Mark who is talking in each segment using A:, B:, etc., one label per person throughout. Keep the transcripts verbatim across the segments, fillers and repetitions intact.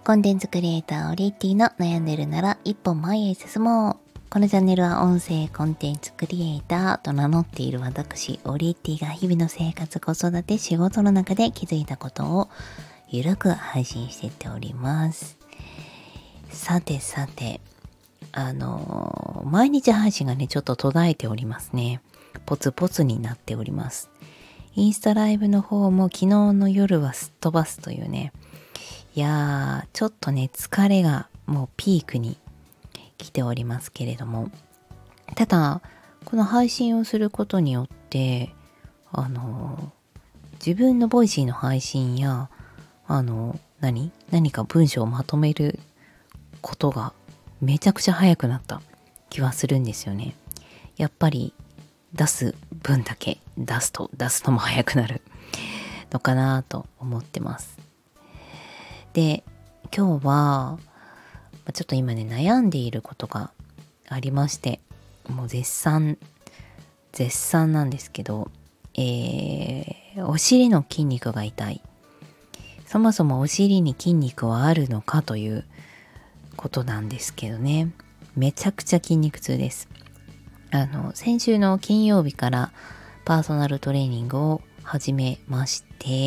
A: コンテンツクリエイターオリティの悩んでるなら一歩前へ進もう。このチャンネルは音声コンテンツクリエイターと名乗っている私オリティが日々の生活、子育て、仕事の中で気づいたことをゆるく配信していっております。さてさて、あのー、毎日配信がねちょっと途絶えておりますね。ポツポツになっております。インスタライブの方も昨日の夜はすっ飛ばすというね、いやーちょっとね疲れがもうピークに来ておりますけれども、ただこの配信をすることによってあの自分のボイシーの配信やあの何何か文章をまとめることがめちゃくちゃ早くなった気はするんですよね。やっぱり出す分だけ出すと出すのも早くなるのかなと思ってます。で、今日はちょっと今ね悩んでいることがありまして、もう絶賛絶賛なんですけど、えー、お尻の筋肉が痛い。そもそもお尻に筋肉はあるのかということなんですけどね、めちゃくちゃ筋肉痛です。あの先週の金曜日からパーソナルトレーニングを始めまして、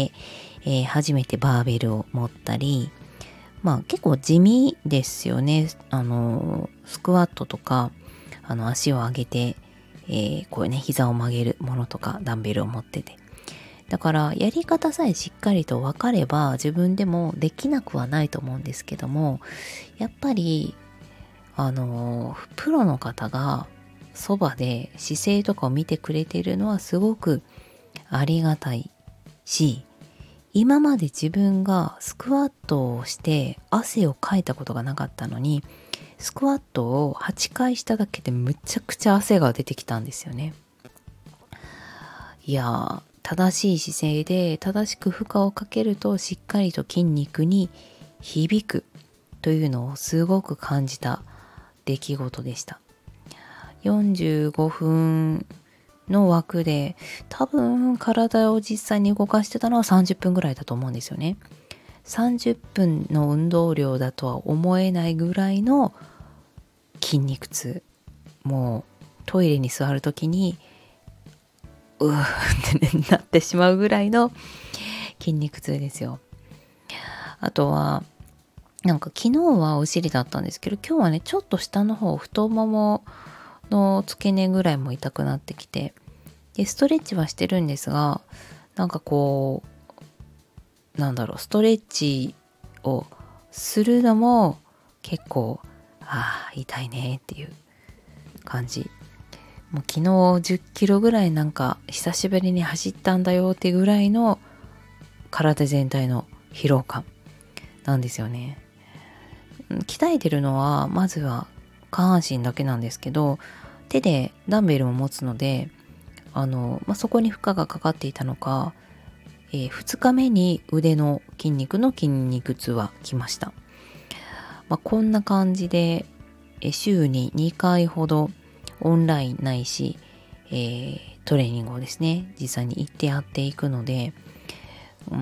A: えー、初めてバーベルを持ったり、まあ結構地味ですよね。あのスクワットとかあの足を上げて、えー、こうね膝を曲げるものとかダンベルを持ってて、だからやり方さえしっかりと分かれば自分でもできなくはないと思うんですけども、やっぱりあのプロの方がそばで姿勢とかを見てくれているのはすごくありがたいし、今まで自分がスクワットをして汗をかいたことがなかったのに、スクワットをはちかいしただけでむちゃくちゃ汗が出てきたんですよね。いやー、正しい姿勢で正しく負荷をかけるとしっかりと筋肉に響くというのをすごく感じた出来事でした。よんじゅうごふんの枠で多分体を実際に動かしてたのはさんじゅっぷんぐらいだと思うんですよね。さんじゅっぷんの運動量だとは思えないぐらいの筋肉痛。もうトイレに座るときにうーって、ね、なってしまうぐらいの筋肉痛ですよ。あとはなんか昨日はお尻だったんですけど、今日はねちょっと下の方太ももの付け根ぐらいも痛くなってきて、でストレッチはしてるんですが、なんかこうなんだろうストレッチをするのも結構あー痛いねっていう感じ。もう昨日じゅっキロぐらいなんか久しぶりに走ったんだよっていうぐらいの体全体の疲労感なんですよね。鍛えてるのはまずは下半身だけなんですけど、手でダンベルを持つのであの、まあ、そこに負荷がかかっていたのか、えー、ふつかめに腕の筋肉の筋肉痛はきました。まあ、こんな感じで、えー、週ににかいほどオンラインないし、えー、トレーニングをですね実際に行ってやっていくので、うん、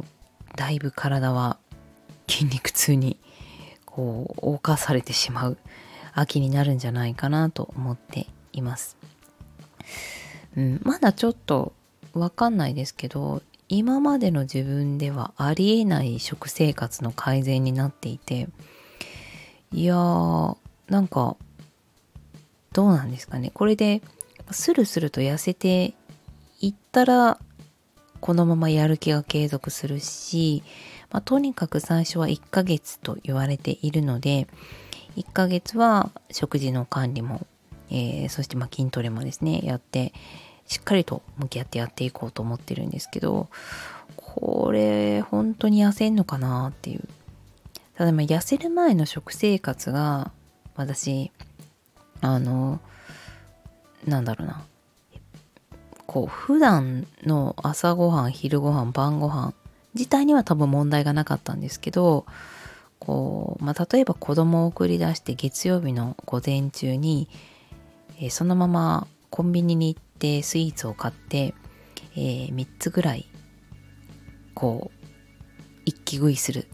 A: だいぶ体は筋肉痛にこう侵されてしまう秋になるんじゃないかなと思っています。うん、まだちょっとわかんないですけど、今までの自分ではありえない食生活の改善になっていて、いやーなんかどうなんですかね。これでスルスルと痩せていったらこのままやる気が継続するし、まあ、とにかく最初はいっかげつと言われているので、いっかげつは食事の管理も、えー、そしてまあ筋トレもですねやってしっかりと向き合ってやっていこうと思ってるんですけど、これ本当に痩せんのかなっていう。ただまあ痩せる前の食生活が私あのなんだろうなこう普段の朝ごはん、昼ごはん、晩ごはん自体には多分問題がなかったんですけど、こう、まあ、例えば子供を送り出して月曜日の午前中に、えー、そのままコンビニに行ってスイーツを買って、えー、みっつぐらいこう一気食いする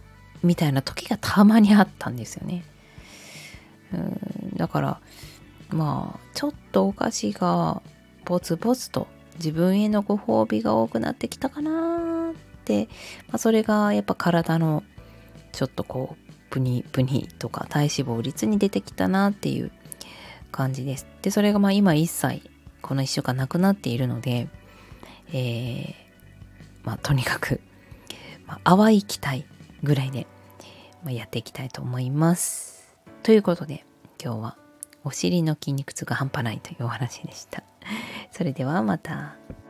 A: みたいな時がたまにあったんですよね。うん、だからまあちょっとお菓子がポツポツと自分へのご褒美が多くなってきたかなって、まあ、それがやっぱ体のちょっとこうプニプニとか体脂肪率に出てきたなっていう感じです。でそれがまあ今一切このいっしゅうかんなくなっているので、えー、まあとにかく、まあ、淡い期待ぐらいで、まあ、やっていきたいと思います。ということで今日はお尻の筋肉痛が半端ないというお話でした。それではまた。